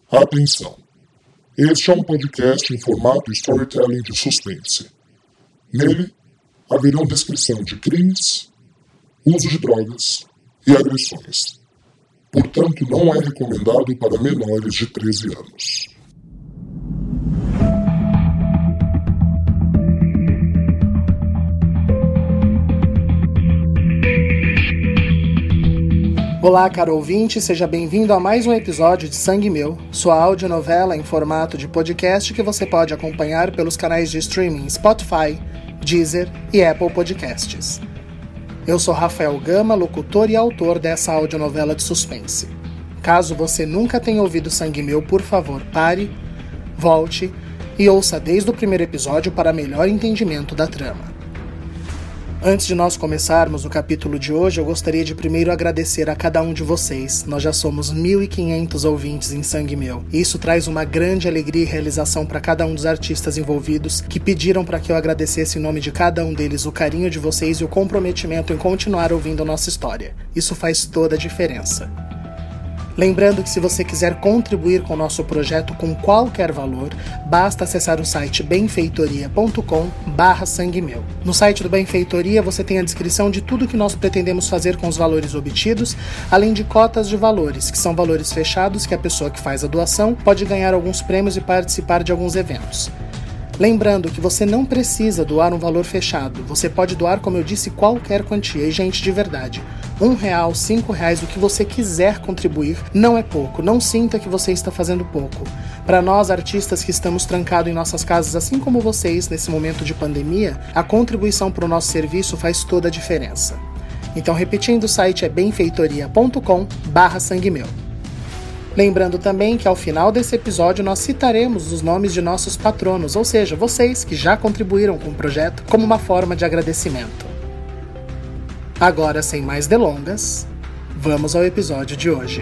Atenção! Este é um podcast em formato storytelling de suspense. Nele, haverão descrição de crimes, uso de drogas e agressões. Portanto, não é recomendado para menores de 13 anos. Olá, caro ouvinte, seja bem-vindo a mais um episódio de Sangue Meu, sua audionovela em formato de podcast que você pode acompanhar pelos canais de streaming Spotify, Deezer e Apple Podcasts. Eu sou Rafael Gama, locutor e autor dessa audionovela de suspense. Caso você nunca tenha ouvido Sangue Meu, por favor, pare, volte e ouça desde o primeiro episódio para melhor entendimento da trama. Antes de nós começarmos o capítulo de hoje, eu gostaria de primeiro agradecer a cada um de vocês. Nós já somos 1.500 ouvintes em Sangue Meu. E isso traz uma grande alegria e realização para cada um dos artistas envolvidos que pediram para que eu agradecesse em nome de cada um deles o carinho de vocês e o comprometimento em continuar ouvindo a nossa história. Isso faz toda a diferença. Lembrando que se você quiser contribuir com o nosso projeto com qualquer valor, basta acessar o site benfeitoria.com/sanguemeu. No site do Benfeitoria você tem a descrição de tudo que nós pretendemos fazer com os valores obtidos, além de cotas de valores, que são valores fechados que a pessoa que faz a doação pode ganhar alguns prêmios e participar de alguns eventos. Lembrando que você não precisa doar um valor fechado, você pode doar, como eu disse, qualquer quantia, e gente, de verdade, R$1, R$5, o que você quiser contribuir, não é pouco, não sinta que você está fazendo pouco. Para nós, artistas que estamos trancados em nossas casas, assim como vocês, nesse momento de pandemia, a contribuição para o nosso serviço faz toda a diferença. Então, repetindo, o site é benfeitoria.com/sanguemeu. Lembrando também que ao final desse episódio nós citaremos os nomes de nossos patronos, ou seja, vocês que já contribuíram com o projeto, como uma forma de agradecimento. Agora, sem mais delongas, vamos ao episódio de hoje.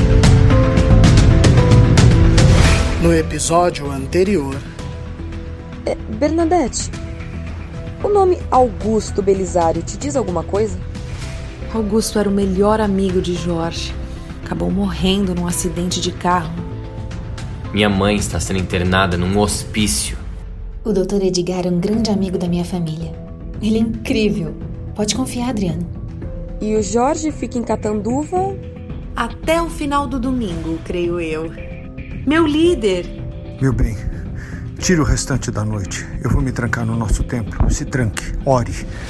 No episódio anterior... Bernadette, o nome Augusto Belisário te diz alguma coisa? Augusto era o melhor amigo de Jorge. Acabou morrendo num acidente de carro. Minha mãe está sendo internada num hospício. O Dr. Edgar é um grande amigo da minha família. Ele é incrível. Pode confiar, Adriano. E o Jorge fica em Catanduva? Até o final do domingo, creio eu. Meu líder! Meu bem, tire o restante da noite. Eu vou me trancar no nosso templo. Se tranque, ore.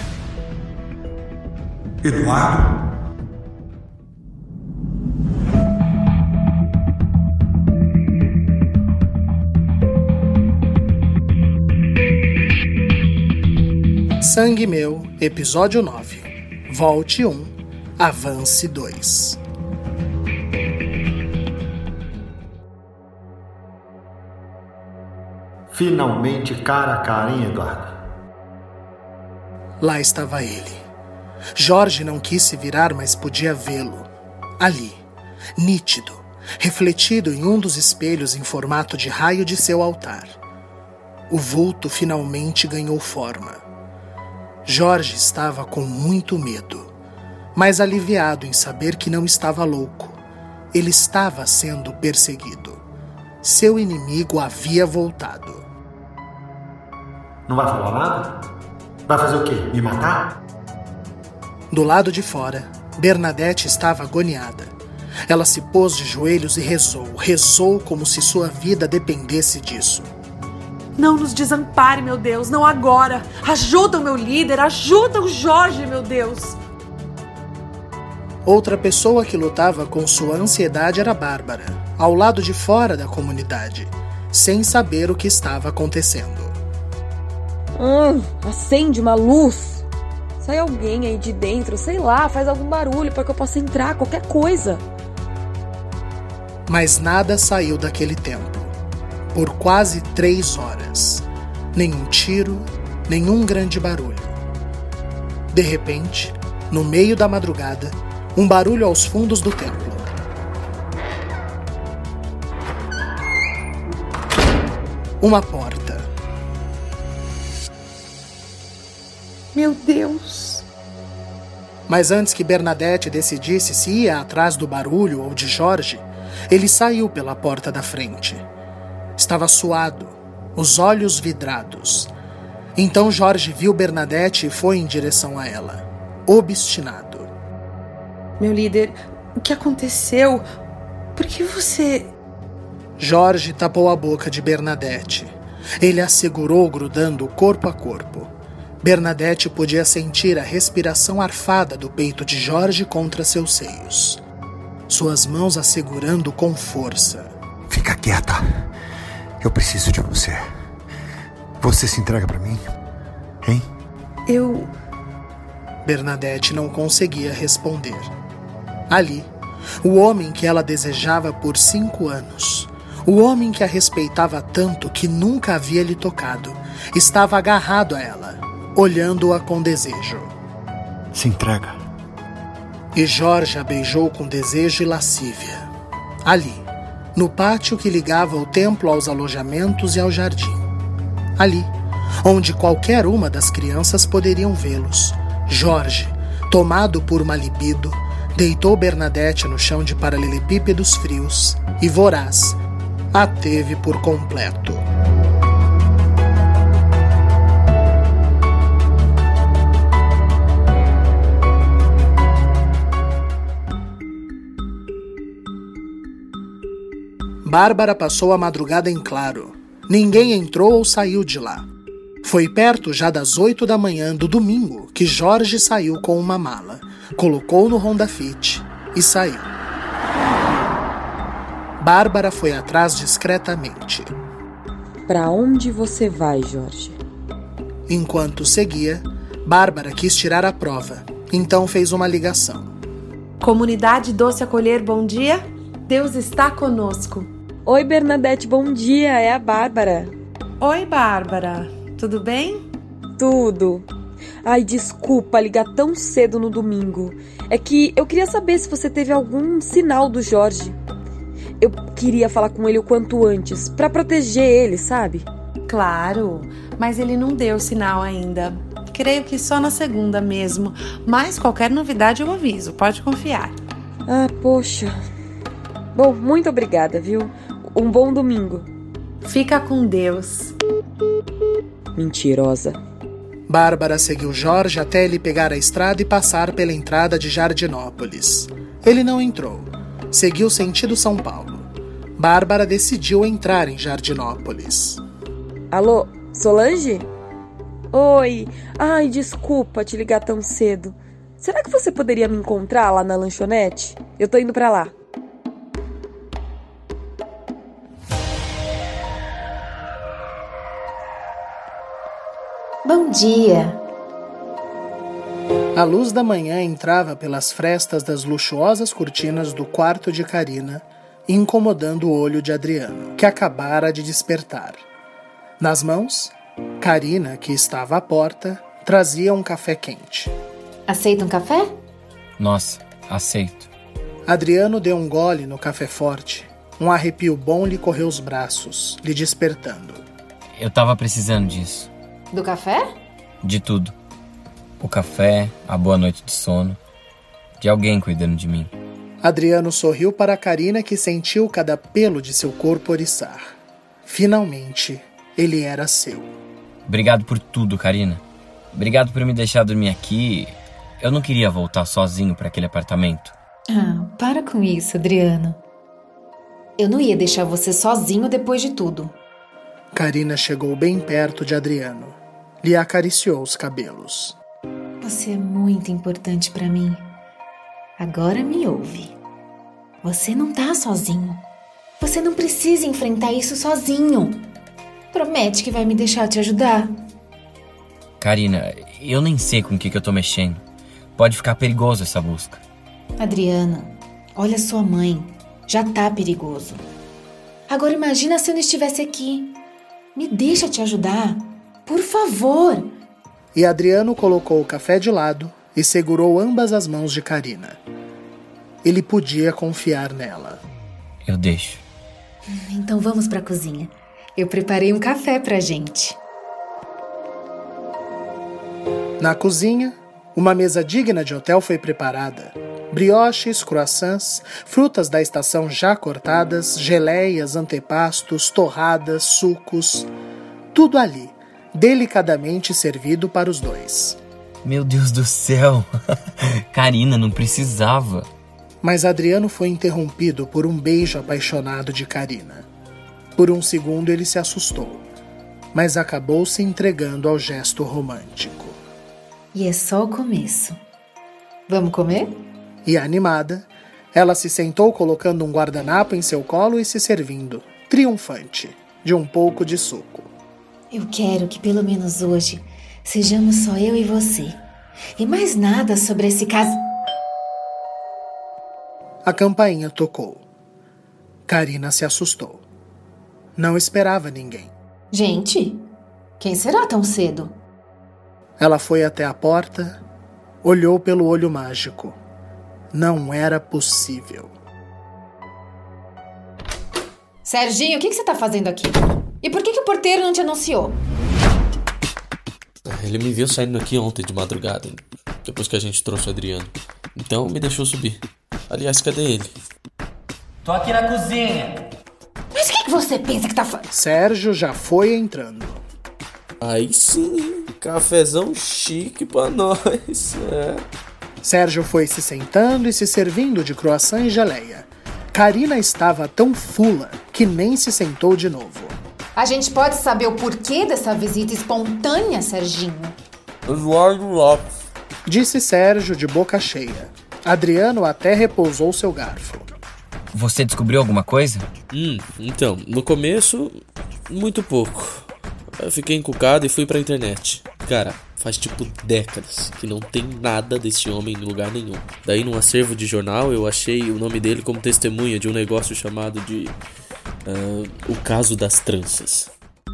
Eduardo? Sangue Meu, episódio 9. Volte 1, avance 2. Finalmente cara a cara, hein, Eduardo? Lá estava ele. Jorge não quis se virar, mas podia vê-lo. Ali, nítido, refletido em um dos espelhos em formato de raio de seu altar. O vulto finalmente ganhou forma. Jorge estava com muito medo, mas aliviado em saber que não estava louco. Ele estava sendo perseguido. Seu inimigo havia voltado. Não vai falar nada? Vai fazer o quê? Me matar? Do lado de fora, Bernadette estava agoniada. Ela se pôs de joelhos e rezou como se sua vida dependesse disso. Não nos desampare, meu Deus, não agora. Ajuda o meu líder, ajuda o Jorge, meu Deus. Outra pessoa que lutava com sua ansiedade era Bárbara, ao lado de fora da comunidade, sem saber o que estava acontecendo. Acende uma luz. Sai alguém aí de dentro, sei lá, faz algum barulho para que eu possa entrar, qualquer coisa. Mas nada saiu daquele templo. Por quase 3 horas. Nenhum tiro, nenhum grande barulho. De repente, no meio da madrugada, um barulho aos fundos do templo. Uma porta. Meu Deus! Mas antes que Bernadette decidisse se ia atrás do barulho ou de Jorge, ele saiu pela porta da frente. Estava suado, os olhos vidrados. Então Jorge viu Bernadette e foi em direção a ela, obstinado. Meu líder, o que aconteceu? Por que você... Jorge tapou a boca de Bernadette. Ele a segurou grudando corpo a corpo. Bernadette podia sentir a respiração arfada do peito de Jorge contra seus seios. Suas mãos a segurando com força. Fica quieta. Eu preciso de você. Você se entrega pra mim? Hein? Eu... Bernadette não conseguia responder. Ali, o homem que ela desejava por 5 anos, o homem que a respeitava tanto que nunca havia lhe tocado, estava agarrado a ela, olhando-a com desejo. Se entrega. E Jorge a beijou com desejo e lascívia. Ali, no pátio que ligava o templo aos alojamentos e ao jardim. Ali, onde qualquer uma das crianças poderiam vê-los, Jorge, tomado por uma libido, deitou Bernadette no chão de paralelepípedos frios e, voraz, a teve por completo. Bárbara passou a madrugada em claro. Ninguém entrou ou saiu de lá. Foi perto já das 8 da manhã do domingo que Jorge saiu com uma mala, colocou no Honda Fit e saiu. Bárbara foi atrás discretamente. Pra onde você vai, Jorge? Enquanto seguia, Bárbara quis tirar a prova, então fez uma ligação. Comunidade Doce Acolher, bom dia. Deus está conosco. Oi, Bernadette, bom dia, é a Bárbara. Oi, Bárbara. Tudo bem? Tudo. Ai, desculpa ligar tão cedo no domingo. É que eu queria saber se você teve algum sinal do Jorge. Eu queria falar com ele o quanto antes, pra proteger ele, sabe? Claro, mas ele não deu sinal ainda. Creio que só na segunda mesmo. Mas qualquer novidade eu aviso, pode confiar. Ah, poxa. Bom, muito obrigada, viu? Um bom domingo. Fica com Deus. Mentirosa. Bárbara seguiu Jorge até ele pegar a estrada e passar pela entrada de Jardinópolis. Ele não entrou. Seguiu sentido São Paulo. Bárbara decidiu entrar em Jardinópolis. Alô, Solange? Oi. Ai, desculpa te ligar tão cedo. Será que você poderia me encontrar lá na lanchonete? Eu tô indo pra lá. Bom dia! A luz da manhã entrava pelas frestas das luxuosas cortinas do quarto de Carina, incomodando o olho de Adriano, que acabara de despertar. Nas mãos, Carina, que estava à porta, trazia um café quente. Aceita um café? Nossa, aceito. Adriano deu um gole no café forte. Um arrepio bom lhe correu os braços, lhe despertando. Eu tava precisando disso. Do café? De tudo. O café, a boa noite de sono. De alguém cuidando de mim. Adriano sorriu para Carina, que sentiu cada pelo de seu corpo oriçar. Finalmente, ele era seu. Obrigado por tudo, Carina. Obrigado por me deixar dormir aqui. Eu não queria voltar sozinho para aquele apartamento. Ah, para com isso, Adriano. Eu não ia deixar você sozinho depois de tudo. Carina chegou bem perto de Adriano. Lhe acariciou os cabelos. Você é muito importante pra mim. Agora me ouve. Você não tá sozinho. Você não precisa enfrentar isso sozinho. Promete que vai me deixar te ajudar. Carina, eu nem sei com o que eu tô mexendo. Pode ficar perigoso essa busca. Adriano, olha sua mãe. Já tá perigoso. Agora imagina se eu não estivesse aqui. Me deixa te ajudar. Por favor. E Adriano colocou o café de lado e segurou ambas as mãos de Carina. Ele podia confiar nela. Eu deixo. Então vamos pra cozinha. Eu preparei um café pra gente. Na cozinha, uma mesa digna de hotel foi preparada. Brioches, croissants, frutas da estação já cortadas, geleias, antepastos, torradas, sucos. Tudo ali, delicadamente servido para os dois. Meu Deus do céu! Karina, não precisava. Mas Adriano foi interrompido por um beijo apaixonado de Karina. Por um segundo ele se assustou, mas acabou se entregando ao gesto romântico. E é só o começo. Vamos comer? E animada, ela se sentou colocando um guardanapo em seu colo e se servindo, triunfante, de um pouco de suco. Eu quero que pelo menos hoje sejamos só eu e você. E mais nada sobre esse caso. A campainha tocou. Karina se assustou. Não esperava ninguém. Gente, quem será tão cedo? Ela foi até a porta, olhou pelo olho mágico. Não era possível. Serginho, o que você tá fazendo aqui? E por que o porteiro não te anunciou? Ele me viu saindo aqui ontem de madrugada, depois que a gente trouxe o Adriano. Então me deixou subir. Aliás, cadê ele? Tô aqui na cozinha. Mas o que você pensa que tá fazendo? Sérgio já foi entrando. Aí sim, cafezão chique pra nós. Sérgio foi se sentando e se servindo de croissant e geleia. Karina estava tão fula que nem se sentou de novo. A gente pode saber o porquê dessa visita espontânea, Serginho? Eduardo Lopes. Disse Sérgio de boca cheia. Adriano até repousou seu garfo. Você descobriu alguma coisa? Então, no começo, muito pouco. Eu fiquei encucado e fui pra internet. Cara, faz tipo décadas que não tem nada desse homem em lugar nenhum. Daí num acervo de jornal eu achei o nome dele como testemunha de um negócio chamado de... o caso das tranças.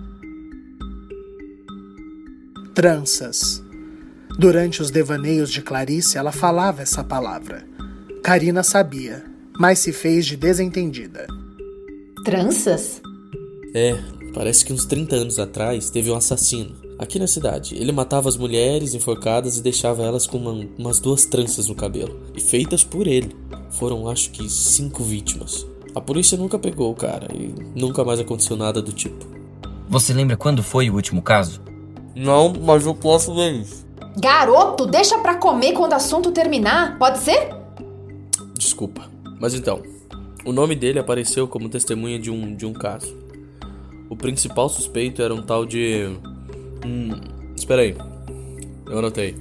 Tranças. Durante os devaneios de Clarice ela falava essa palavra. Karina sabia, mas se fez de desentendida. Tranças? Parece que uns 30 anos atrás teve um assassino aqui na cidade. Ele matava as mulheres enforcadas e deixava elas com umas 2 tranças no cabelo. E feitas por ele. Foram acho que 5 vítimas. A polícia nunca pegou o cara e nunca mais aconteceu nada do tipo. Você lembra quando foi o último caso? Não, mas eu posso ver isso. Garoto, deixa pra comer quando o assunto terminar, pode ser? Desculpa, mas então, o nome dele apareceu como testemunha de um caso. O principal suspeito era um tal de... espera aí, eu anotei.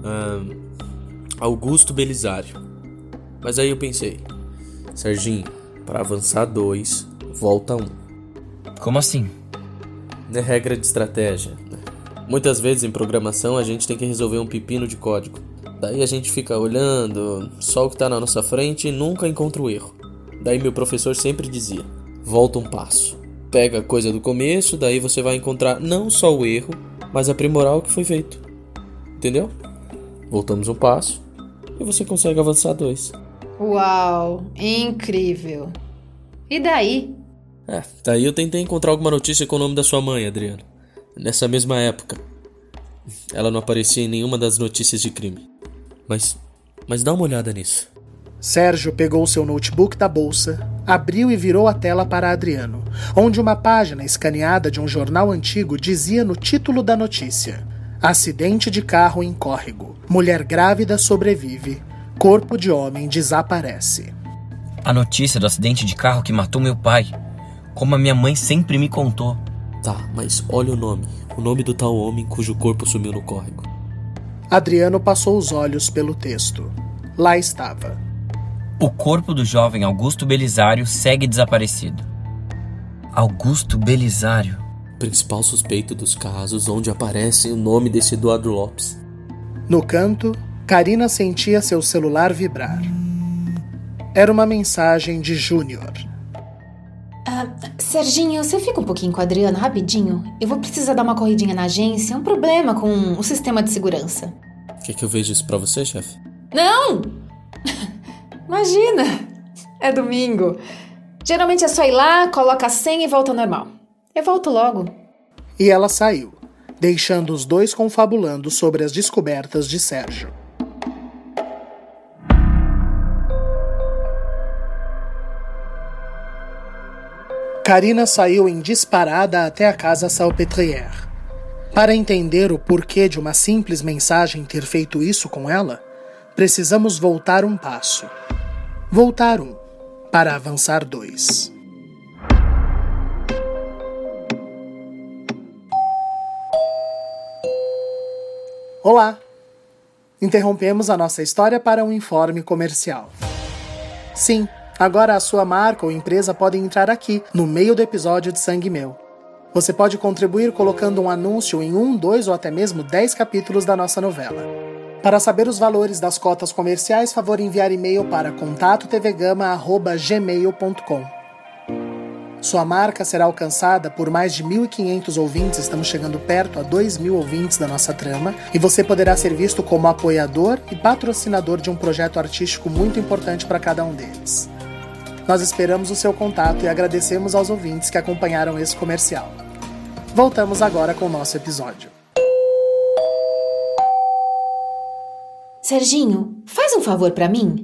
Augusto Belisário. Mas aí eu pensei, Serginho, para avançar 2, volta 1. Como assim? Não é regra de estratégia. Muitas vezes em programação a gente tem que resolver um pepino de código. Daí a gente fica olhando só o que tá na nossa frente e nunca encontra o erro. Daí meu professor sempre dizia, volta um passo. Pega a coisa do começo, daí você vai encontrar não só o erro, mas aprimorar o que foi feito. Entendeu? Voltamos um passo e você consegue avançar 2. Uau, incrível. E daí? Daí eu tentei encontrar alguma notícia com o nome da sua mãe, Adriano. Nessa mesma época. Ela não aparecia em nenhuma das notícias de crime. Mas dá uma olhada nisso. Sérgio pegou seu notebook da bolsa, abriu e virou a tela para Adriano, onde uma página escaneada de um jornal antigo dizia no título da notícia: Acidente de carro em Córrego. Mulher grávida sobrevive. Corpo de homem desaparece. A notícia do acidente de carro que matou meu pai. Como a minha mãe sempre me contou. Tá, mas olha o nome. O nome do tal homem cujo corpo sumiu no córrego. Adriano passou os olhos pelo texto. Lá estava: O corpo do jovem Augusto Belisário segue desaparecido. Augusto Belisário. Principal suspeito dos casos onde aparece o nome desse Eduardo Lopes. No canto, Karina sentia seu celular vibrar. Era uma mensagem de Júnior. Serginho, você fica um pouquinho com o Adriano rapidinho? Eu vou precisar dar uma corridinha na agência. Um problema com o sistema de segurança. Quer que eu veja isso pra você, chefe? Não! Imagina! É domingo. Geralmente é só ir lá, coloca a senha e volta ao normal. Eu volto logo. E ela saiu, deixando os dois confabulando sobre as descobertas de Sérgio. Karina saiu em disparada até a casa Salpêtrière. Para entender o porquê de uma simples mensagem ter feito isso com ela, precisamos voltar um passo. Voltar um, para avançar 2. Olá! Interrompemos a nossa história para um informe comercial. Sim, agora a sua marca ou empresa podem entrar aqui, no meio do episódio de Sangue Meu. Você pode contribuir colocando um anúncio em 1, 2 ou até mesmo 10 capítulos da nossa novela. Para saber os valores das cotas comerciais, favor enviar e-mail para contatotvgama@gmail.com. Sua marca será alcançada por mais de 1.500 ouvintes, estamos chegando perto a 2.000 ouvintes da nossa trama, e você poderá ser visto como apoiador e patrocinador de um projeto artístico muito importante para cada um deles. Nós esperamos o seu contato e agradecemos aos ouvintes que acompanharam esse comercial. Voltamos agora com o nosso episódio. Serginho, faz um favor pra mim?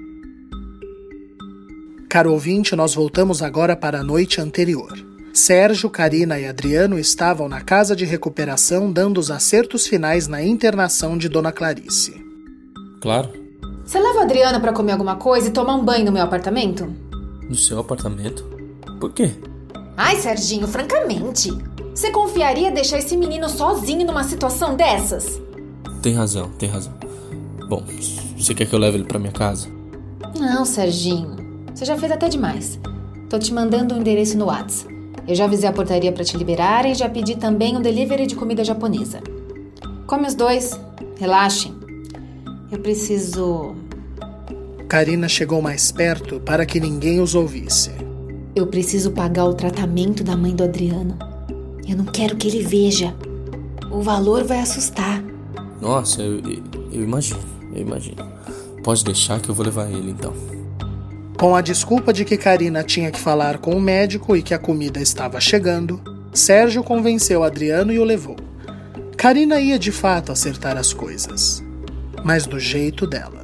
Caro ouvinte, nós voltamos agora para a noite anterior. Sérgio, Karina e Adriano estavam na casa de recuperação dando os acertos finais na internação de Dona Clarice. Claro. Você leva a Adriana pra comer alguma coisa e tomar um banho no meu apartamento? No seu apartamento? Por quê? Ai, Serginho, francamente, você confiaria deixar esse menino sozinho numa situação dessas? Tem razão. Bom, você quer que eu leve ele pra minha casa? Não, Serginho. Você já fez até demais. Tô te mandando um endereço no WhatsApp. Eu já avisei a portaria pra te liberarem e já pedi também um delivery de comida japonesa. Come os dois. Relaxem. Eu preciso... Karina chegou mais perto para que ninguém os ouvisse. Eu preciso pagar o tratamento da mãe do Adriano. Eu não quero que ele veja. O valor vai assustar. Nossa, eu imagino. Pode deixar que eu vou levar ele, então. Com a desculpa de que Karina tinha que falar com o médico e que a comida estava chegando, Sérgio convenceu Adriano e o levou. Karina ia de fato acertar as coisas, mas do jeito dela.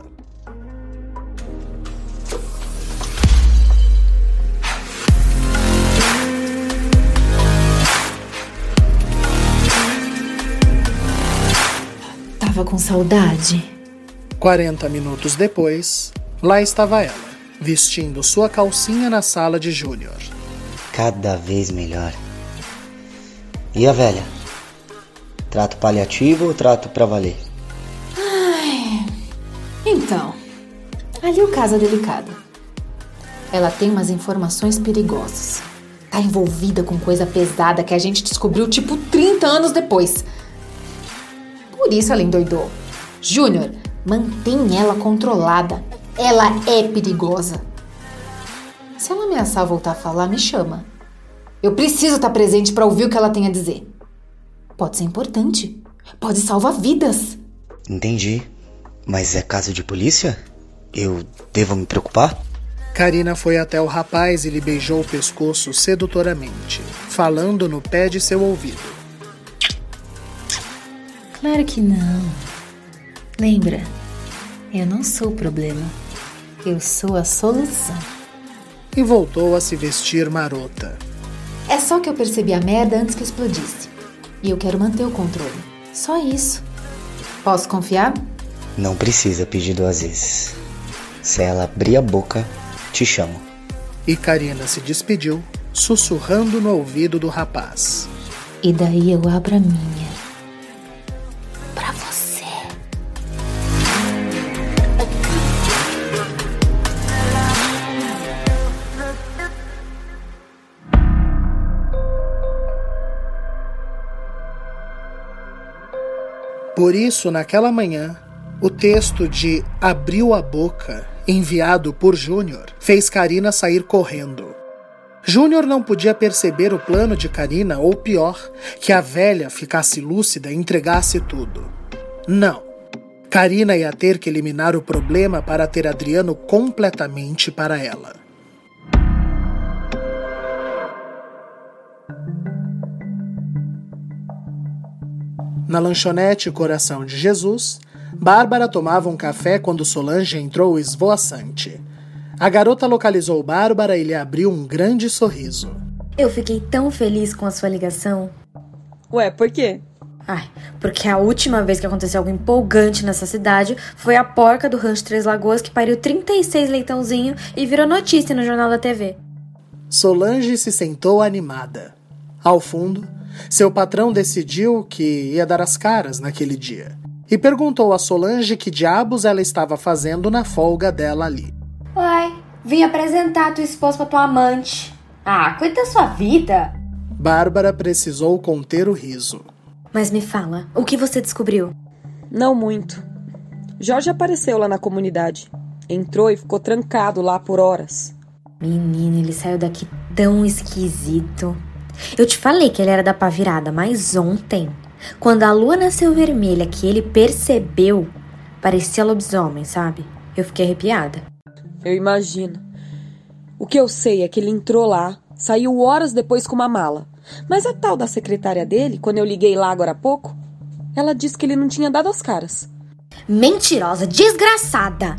Tava com saudade. 40 minutos depois, lá estava ela, vestindo sua calcinha na sala de Júnior. Cada vez melhor. E a velha? Trato paliativo ou trato pra valer? Ai, então, ali o caso é delicado. Ela tem umas informações perigosas. Tá envolvida com coisa pesada que a gente descobriu tipo 30 anos depois. Por isso ela endoidou. Júnior, mantém ela controlada. Ela é perigosa. Se ela ameaçar voltar a falar, me chama. Eu preciso estar presente para ouvir o que ela tem a dizer. Pode ser importante. Pode salvar vidas. Entendi. Mas é caso de polícia? Eu devo me preocupar? Karina foi até o rapaz e lhe beijou o pescoço sedutoramente, falando no pé de seu ouvido. Claro que não. Lembra, eu não sou o problema. Eu sou a solução. E voltou a se vestir marota. É só que eu percebi a merda antes que explodisse. E eu quero manter o controle. Só isso. Posso confiar? Não precisa pedir 2 vezes. Se ela abrir a boca, te chamo. E Karina se despediu, sussurrando no ouvido do rapaz. E daí eu abro a minha. Pra você. Por isso, naquela manhã, o texto de Abriu a Boca, enviado por Júnior, fez Karina sair correndo. Júnior não podia perceber o plano de Karina, ou pior, que a velha ficasse lúcida e entregasse tudo. Não. Karina ia ter que eliminar o problema para ter Adriano completamente para ela. Na lanchonete Coração de Jesus, Bárbara tomava um café quando Solange entrou esvoaçante. A garota localizou Bárbara e lhe abriu um grande sorriso. Eu fiquei tão feliz com a sua ligação. Ué, por quê? Porque a última vez que aconteceu algo empolgante nessa cidade foi a porca do Rancho Três Lagoas que pariu 36 leitãozinhos e virou notícia no Jornal da TV. Solange se sentou animada. Ao fundo, seu patrão decidiu que ia dar as caras naquele dia e perguntou a Solange que diabos ela estava fazendo na folga dela ali. Uai, vim apresentar tua esposa pra tua amante. Cuida da sua vida. Bárbara precisou conter o riso. Mas me fala, o que você descobriu? Não muito. Jorge apareceu lá na comunidade. Entrou e ficou trancado lá por horas. Menina, ele saiu daqui tão esquisito. Eu te falei que ele era da pá virada, mas ontem, quando a lua nasceu vermelha, que ele percebeu, parecia lobisomem, sabe? Eu fiquei arrepiada. Eu imagino. O que eu sei é que ele entrou lá, saiu horas depois com uma mala. Mas a tal da secretária dele, quando eu liguei lá agora há pouco, ela disse que ele não tinha dado as caras. Mentirosa, desgraçada!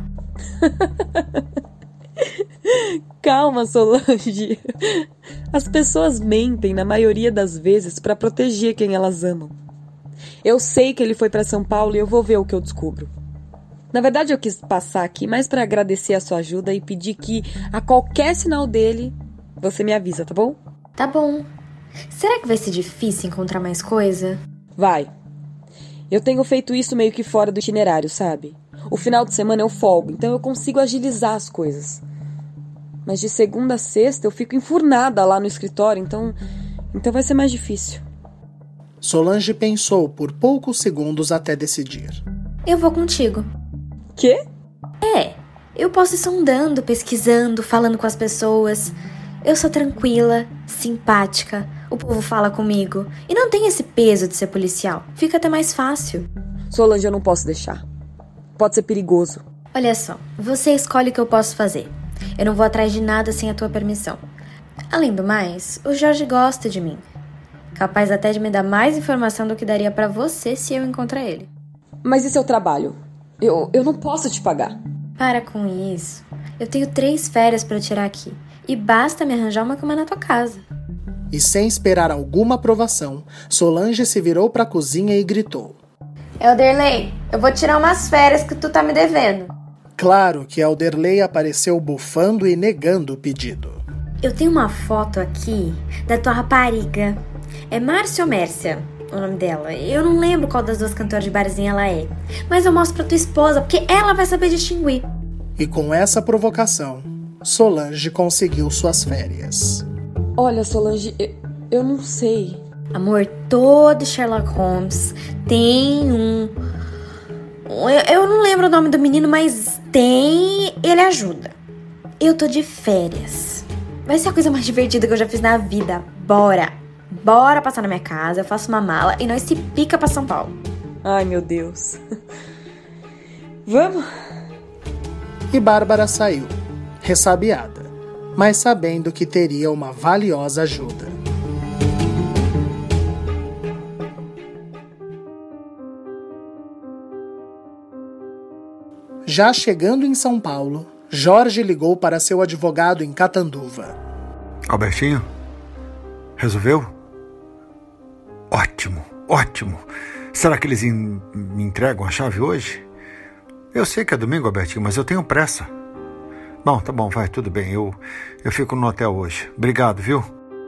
Calma, Solange. As pessoas mentem na maioria das vezes para proteger quem elas amam. Eu sei que ele foi para São Paulo e eu vou ver o que eu descubro. Na verdade, eu quis passar aqui mais para agradecer a sua ajuda e pedir que, a qualquer sinal dele, você me avisa, tá bom? Tá bom. Será que vai ser difícil encontrar mais coisa? Vai. Eu tenho feito isso meio que fora do itinerário, sabe? O final de semana eu folgo, então eu consigo agilizar as coisas. Mas de segunda a sexta eu fico enfurnada lá no escritório, então vai ser mais difícil. Solange pensou por poucos segundos até decidir. Eu vou contigo. Quê? Eu posso ir sondando, pesquisando, falando com as pessoas. Eu sou tranquila, simpática, o povo fala comigo. E não tem esse peso de ser policial. Fica até mais fácil. Solange, eu não posso deixar. Pode ser perigoso. Olha só, você escolhe o que eu posso fazer. Eu não vou atrás de nada sem a tua permissão. Além do mais, o Jorge gosta de mim. Capaz até de me dar mais informação do que daria pra você se eu encontrar ele. Mas e seu trabalho? Eu não posso te pagar. Para com isso. Eu tenho 3 férias pra tirar aqui. E basta me arranjar uma cama na tua casa. E sem esperar alguma aprovação, Solange se virou pra cozinha e gritou. Elderley, eu vou tirar umas férias que tu tá me devendo. Claro que Elderley apareceu bufando e negando o pedido. Eu tenho uma foto aqui da tua rapariga. É Márcia ou Mércia o nome dela. Eu não lembro qual das 2 cantoras de barzinho ela é. Mas eu mostro pra tua esposa, porque ela vai saber distinguir. E com essa provocação, Solange conseguiu suas férias. Olha, Solange, eu não sei. Amor, todo Sherlock Holmes tem um... Eu não lembro o nome do menino, mas tem... Ele ajuda. Eu tô de férias. Vai ser a coisa mais divertida que eu já fiz na vida. Bora passar na minha casa, eu faço uma mala e nós se pica pra São Paulo. Ai, meu Deus. Vamos? E Bárbara saiu, ressabiada, mas sabendo que teria uma valiosa ajuda. Já chegando em São Paulo, Jorge ligou para seu advogado em Catanduva. Albertinho? Resolveu? Ótimo. Será que eles me entregam a chave hoje? Eu sei que é domingo, Albertinho, mas eu tenho pressa. Bom, tá bom, vai, tudo bem. Eu fico no hotel hoje. Obrigado, viu?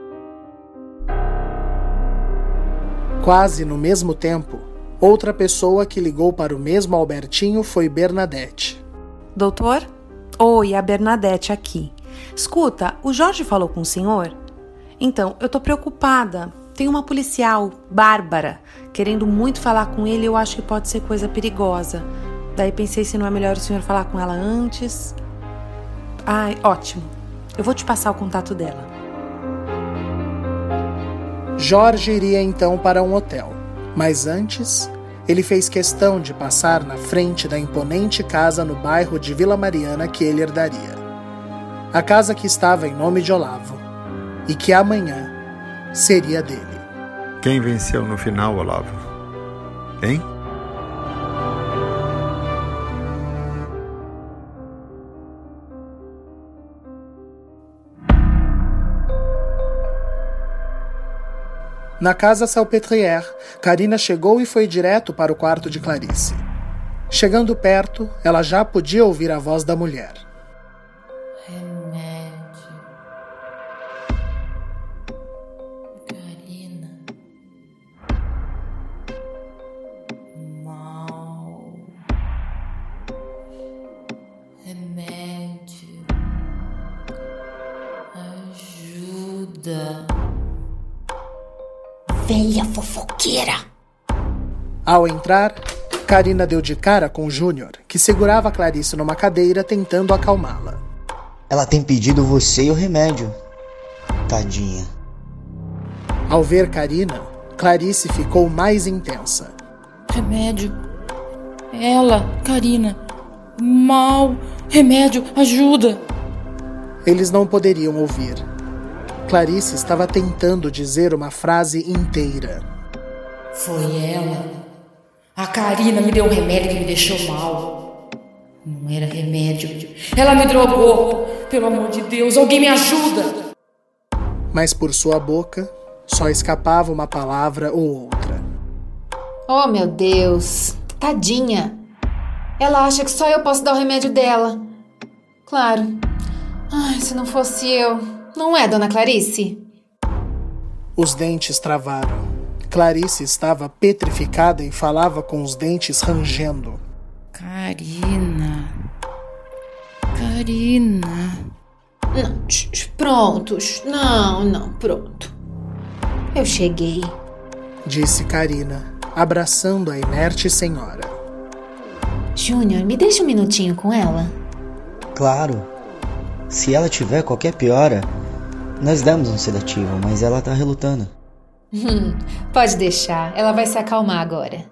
Quase no mesmo tempo, outra pessoa que ligou para o mesmo Albertinho foi Bernadette. Doutor? Oi, a Bernadette aqui. Escuta, o Jorge falou com o senhor? Então, eu tô preocupada. Tem uma policial, Bárbara, querendo muito falar com ele e eu acho que pode ser coisa perigosa. Daí pensei se não é melhor o senhor falar com ela antes. Ai, ótimo. Eu vou te passar o contato dela. Jorge iria então para um hotel, mas antes, ele fez questão de passar na frente da imponente casa no bairro de Vila Mariana que ele herdaria. A casa que estava em nome de Olavo e que amanhã seria dele. Quem venceu no final, Olavo? Hein? Na casa Salpêtrière, Carina chegou e foi direto para o quarto de Clarice. Chegando perto, ela já podia ouvir a voz da mulher. Remédio. Carina. Mal. Remédio. Ajuda. Velha fofoqueira. Ao entrar, Carina deu de cara com Júnior, que segurava Clarice numa cadeira tentando acalmá-la. Ela tem pedido você e o remédio. Tadinha. Ao ver Carina, Clarice ficou mais intensa. Remédio. Ela, Carina. Mal. Remédio, ajuda. Eles não poderiam ouvir. Clarice estava tentando dizer uma frase inteira. Foi ela. A Carina me deu um remédio que me deixou mal. Não era remédio. Ela me drogou. Pelo amor de Deus, alguém me ajuda. Mas por sua boca, só escapava uma palavra ou outra. Oh, meu Deus. Tadinha. Ela acha que só eu posso dar o remédio dela. Claro. Ai, se não fosse eu. Não é, dona Clarice? Os dentes travaram. Clarice estava petrificada e falava com os dentes rangendo. Carina. Carina. Não, prontos. Não, pronto. Eu cheguei, disse Carina, abraçando a inerte senhora. Júnior, me deixa um minutinho com ela? Claro. Se ela tiver qualquer piora, nós damos um sedativo, mas ela tá relutando. Pode deixar, ela vai se acalmar agora.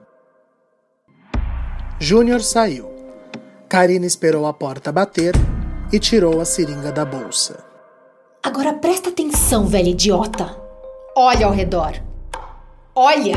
Júnior saiu. Carina esperou a porta bater e tirou a seringa da bolsa. Agora presta atenção, velha idiota. Olha ao redor. Olha!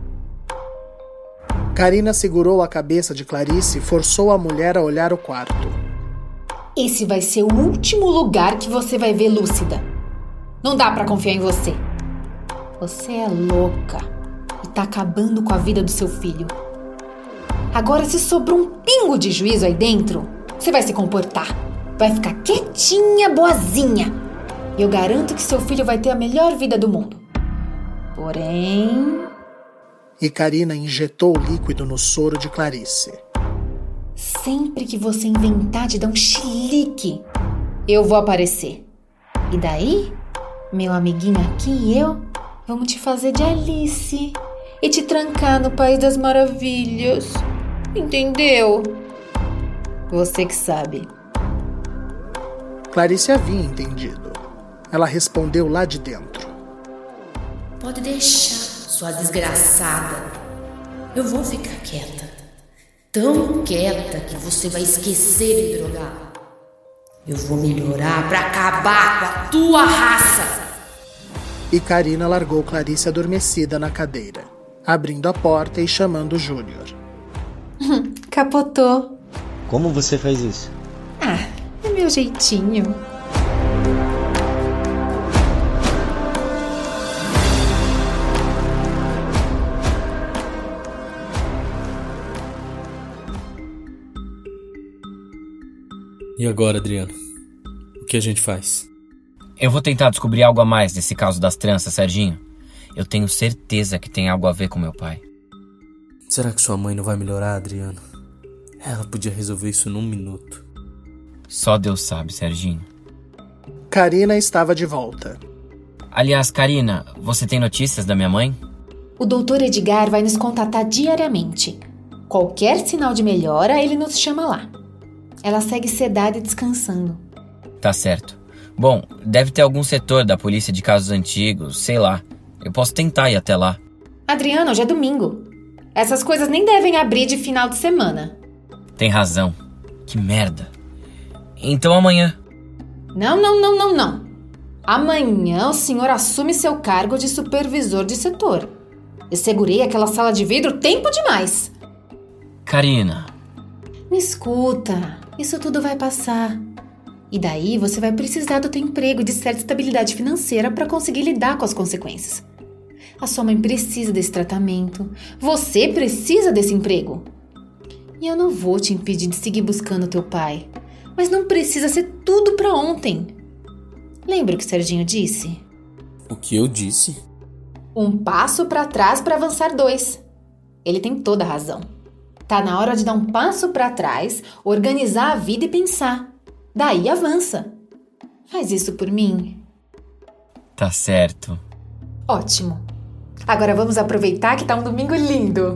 Carina segurou a cabeça de Clarice e forçou a mulher a olhar o quarto. Esse vai ser o último lugar que você vai ver lúcida. Não dá pra confiar em você. Você é louca e tá acabando com a vida do seu filho. Agora, se sobrou um pingo de juízo aí dentro, você vai se comportar. Vai ficar quietinha, boazinha. E eu garanto que seu filho vai ter a melhor vida do mundo. Porém... E Carina injetou o líquido no soro de Clarice. Sempre que você inventar de dar um chilique, eu vou aparecer. E daí, meu amiguinho aqui e eu vamos te fazer de Alice e te trancar no País das Maravilhas. Entendeu? Você que sabe. Clarice havia entendido. Ela respondeu lá de dentro. Pode deixar, sua desgraçada. Eu vou ficar quieta. Tão quieta que você vai esquecer de drogar. Eu vou melhorar pra acabar com a tua raça. E Carina largou Clarice adormecida na cadeira, abrindo a porta e chamando Júnior. Capotou. Como você faz isso? Ah, é meu jeitinho. E agora, Adriano? O que a gente faz? Eu vou tentar descobrir algo a mais desse caso das tranças, Serginho. Eu tenho certeza que tem algo a ver com meu pai. Será que sua mãe não vai melhorar, Adriano? Ela podia resolver isso num minuto. Só Deus sabe, Serginho. Carina estava de volta. Aliás, Carina, você tem notícias da minha mãe? O doutor Edgar vai nos contatar diariamente. Qualquer sinal de melhora, ele nos chama lá. Ela segue sedada e descansando. Tá certo. Bom, deve ter algum setor da polícia de casos antigos, sei lá. Eu posso tentar ir até lá. Adriano, hoje é domingo. Essas coisas nem devem abrir de final de semana. Tem razão. Que merda. Então amanhã. Não. Amanhã o senhor assume seu cargo de supervisor de setor. Eu segurei aquela sala de vidro tempo demais. Carina. Me escuta, isso tudo vai passar. E daí você vai precisar do teu emprego e de certa estabilidade financeira para conseguir lidar com as consequências. A sua mãe precisa desse tratamento. Você precisa desse emprego. E eu não vou te impedir de seguir buscando teu pai. Mas não precisa ser tudo pra ontem. Lembra o que o Serginho disse? O que eu disse? Um passo pra trás pra avançar 2. Ele tem toda a razão. Tá na hora de dar um passo pra trás, organizar a vida e pensar. Daí avança. Faz isso por mim? Tá certo. Ótimo. Agora vamos aproveitar que tá um domingo lindo.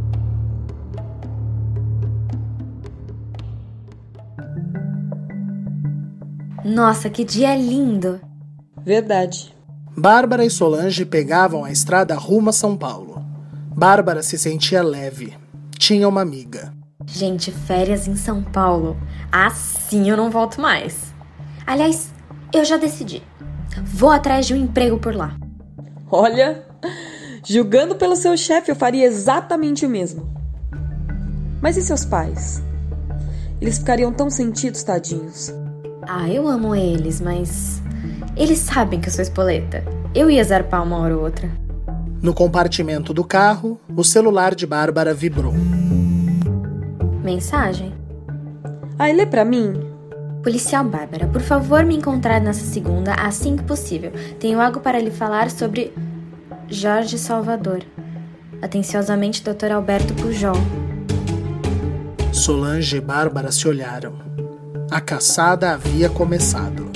Nossa, que dia lindo! Verdade. Bárbara e Solange pegavam a estrada rumo a São Paulo. Bárbara se sentia leve. Tinha uma amiga. Gente, férias em São Paulo. Assim eu não volto mais. Aliás, eu já decidi. Vou atrás de um emprego por lá. Olha, julgando pelo seu chefe, eu faria exatamente o mesmo. Mas e seus pais? Eles ficariam tão sentidos, tadinhos. Ah, eu amo eles, mas... eles sabem que eu sou espoleta. Eu ia zarpar uma hora ou outra. No compartimento do carro, o celular de Bárbara vibrou. Mensagem? Aí lê pra mim. Policial Bárbara, por favor me encontrar nessa segunda assim que possível. Tenho algo para lhe falar sobre Jorge Salvador. Atenciosamente, Dr. Alberto Pujol. Solange e Bárbara se olharam. A caçada havia começado.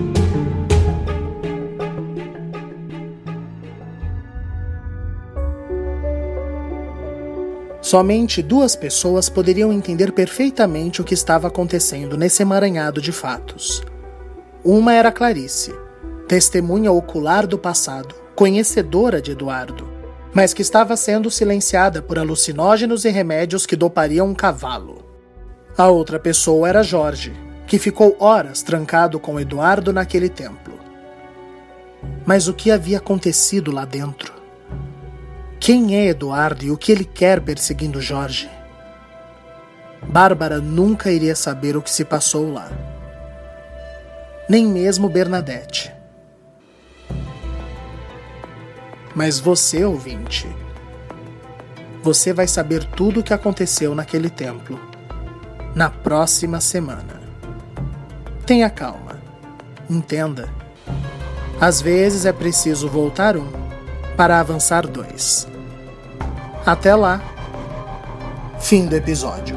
Somente 2 pessoas poderiam entender perfeitamente o que estava acontecendo nesse emaranhado de fatos. Uma era Clarice, testemunha ocular do passado, conhecedora de Eduardo, mas que estava sendo silenciada por alucinógenos e remédios que dopariam um cavalo. A outra pessoa era Jorge, que ficou horas trancado com Eduardo naquele templo. Mas o que havia acontecido lá dentro? Quem é Eduardo e o que ele quer perseguindo Jorge? Bárbara nunca iria saber o que se passou lá. Nem mesmo Bernadette. Mas você, ouvinte, você vai saber tudo o que aconteceu naquele templo na próxima semana. Tenha calma. Entenda. Às vezes é preciso voltar 1 para avançar 2. Até lá. Fim do episódio.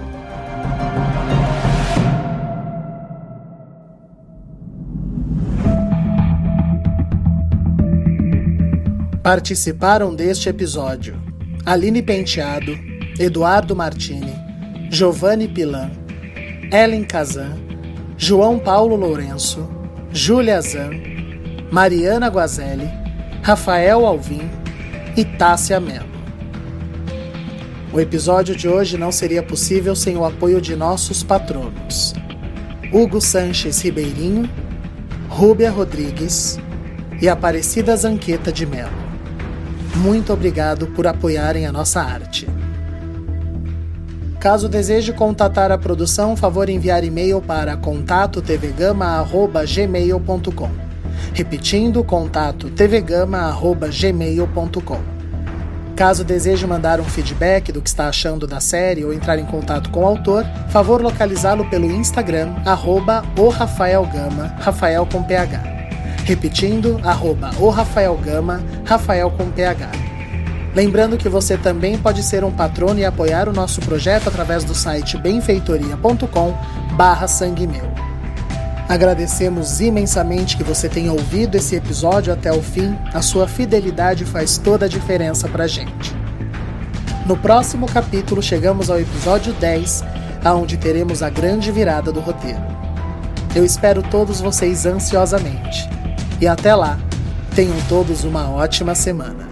Participaram deste episódio Aline Penteado, Eduardo Martini, Giovanni Pilan, Ellen Kazan, João Paulo Lourenço, Júlia Zan, Mariana Guazelli, Rafael Alvim e Tássia Mello. O episódio de hoje não seria possível sem o apoio de nossos patronos: Hugo Sanches Ribeirinho, Rúbia Rodrigues e Aparecida Zanqueta de Mello. Muito obrigado por apoiarem a nossa arte. Caso deseje contatar a produção, favor enviar e-mail para contatotvgama@gmail.com. Repetindo, contatotvgama@gmail.com. Caso deseje mandar um feedback do que está achando da série ou entrar em contato com o autor, favor localizá-lo pelo Instagram, @orafaelgama, Rafael com PH. Repetindo, @orafaelgama, Rafael com PH. Lembrando que você também pode ser um patrono e apoiar o nosso projeto através do site benfeitoria.com/sangue meu. Agradecemos imensamente que você tenha ouvido esse episódio até o fim. A sua fidelidade faz toda a diferença pra gente. No próximo capítulo chegamos ao episódio 10, aonde teremos a grande virada do roteiro. Eu espero todos vocês ansiosamente. E até lá, tenham todos uma ótima semana.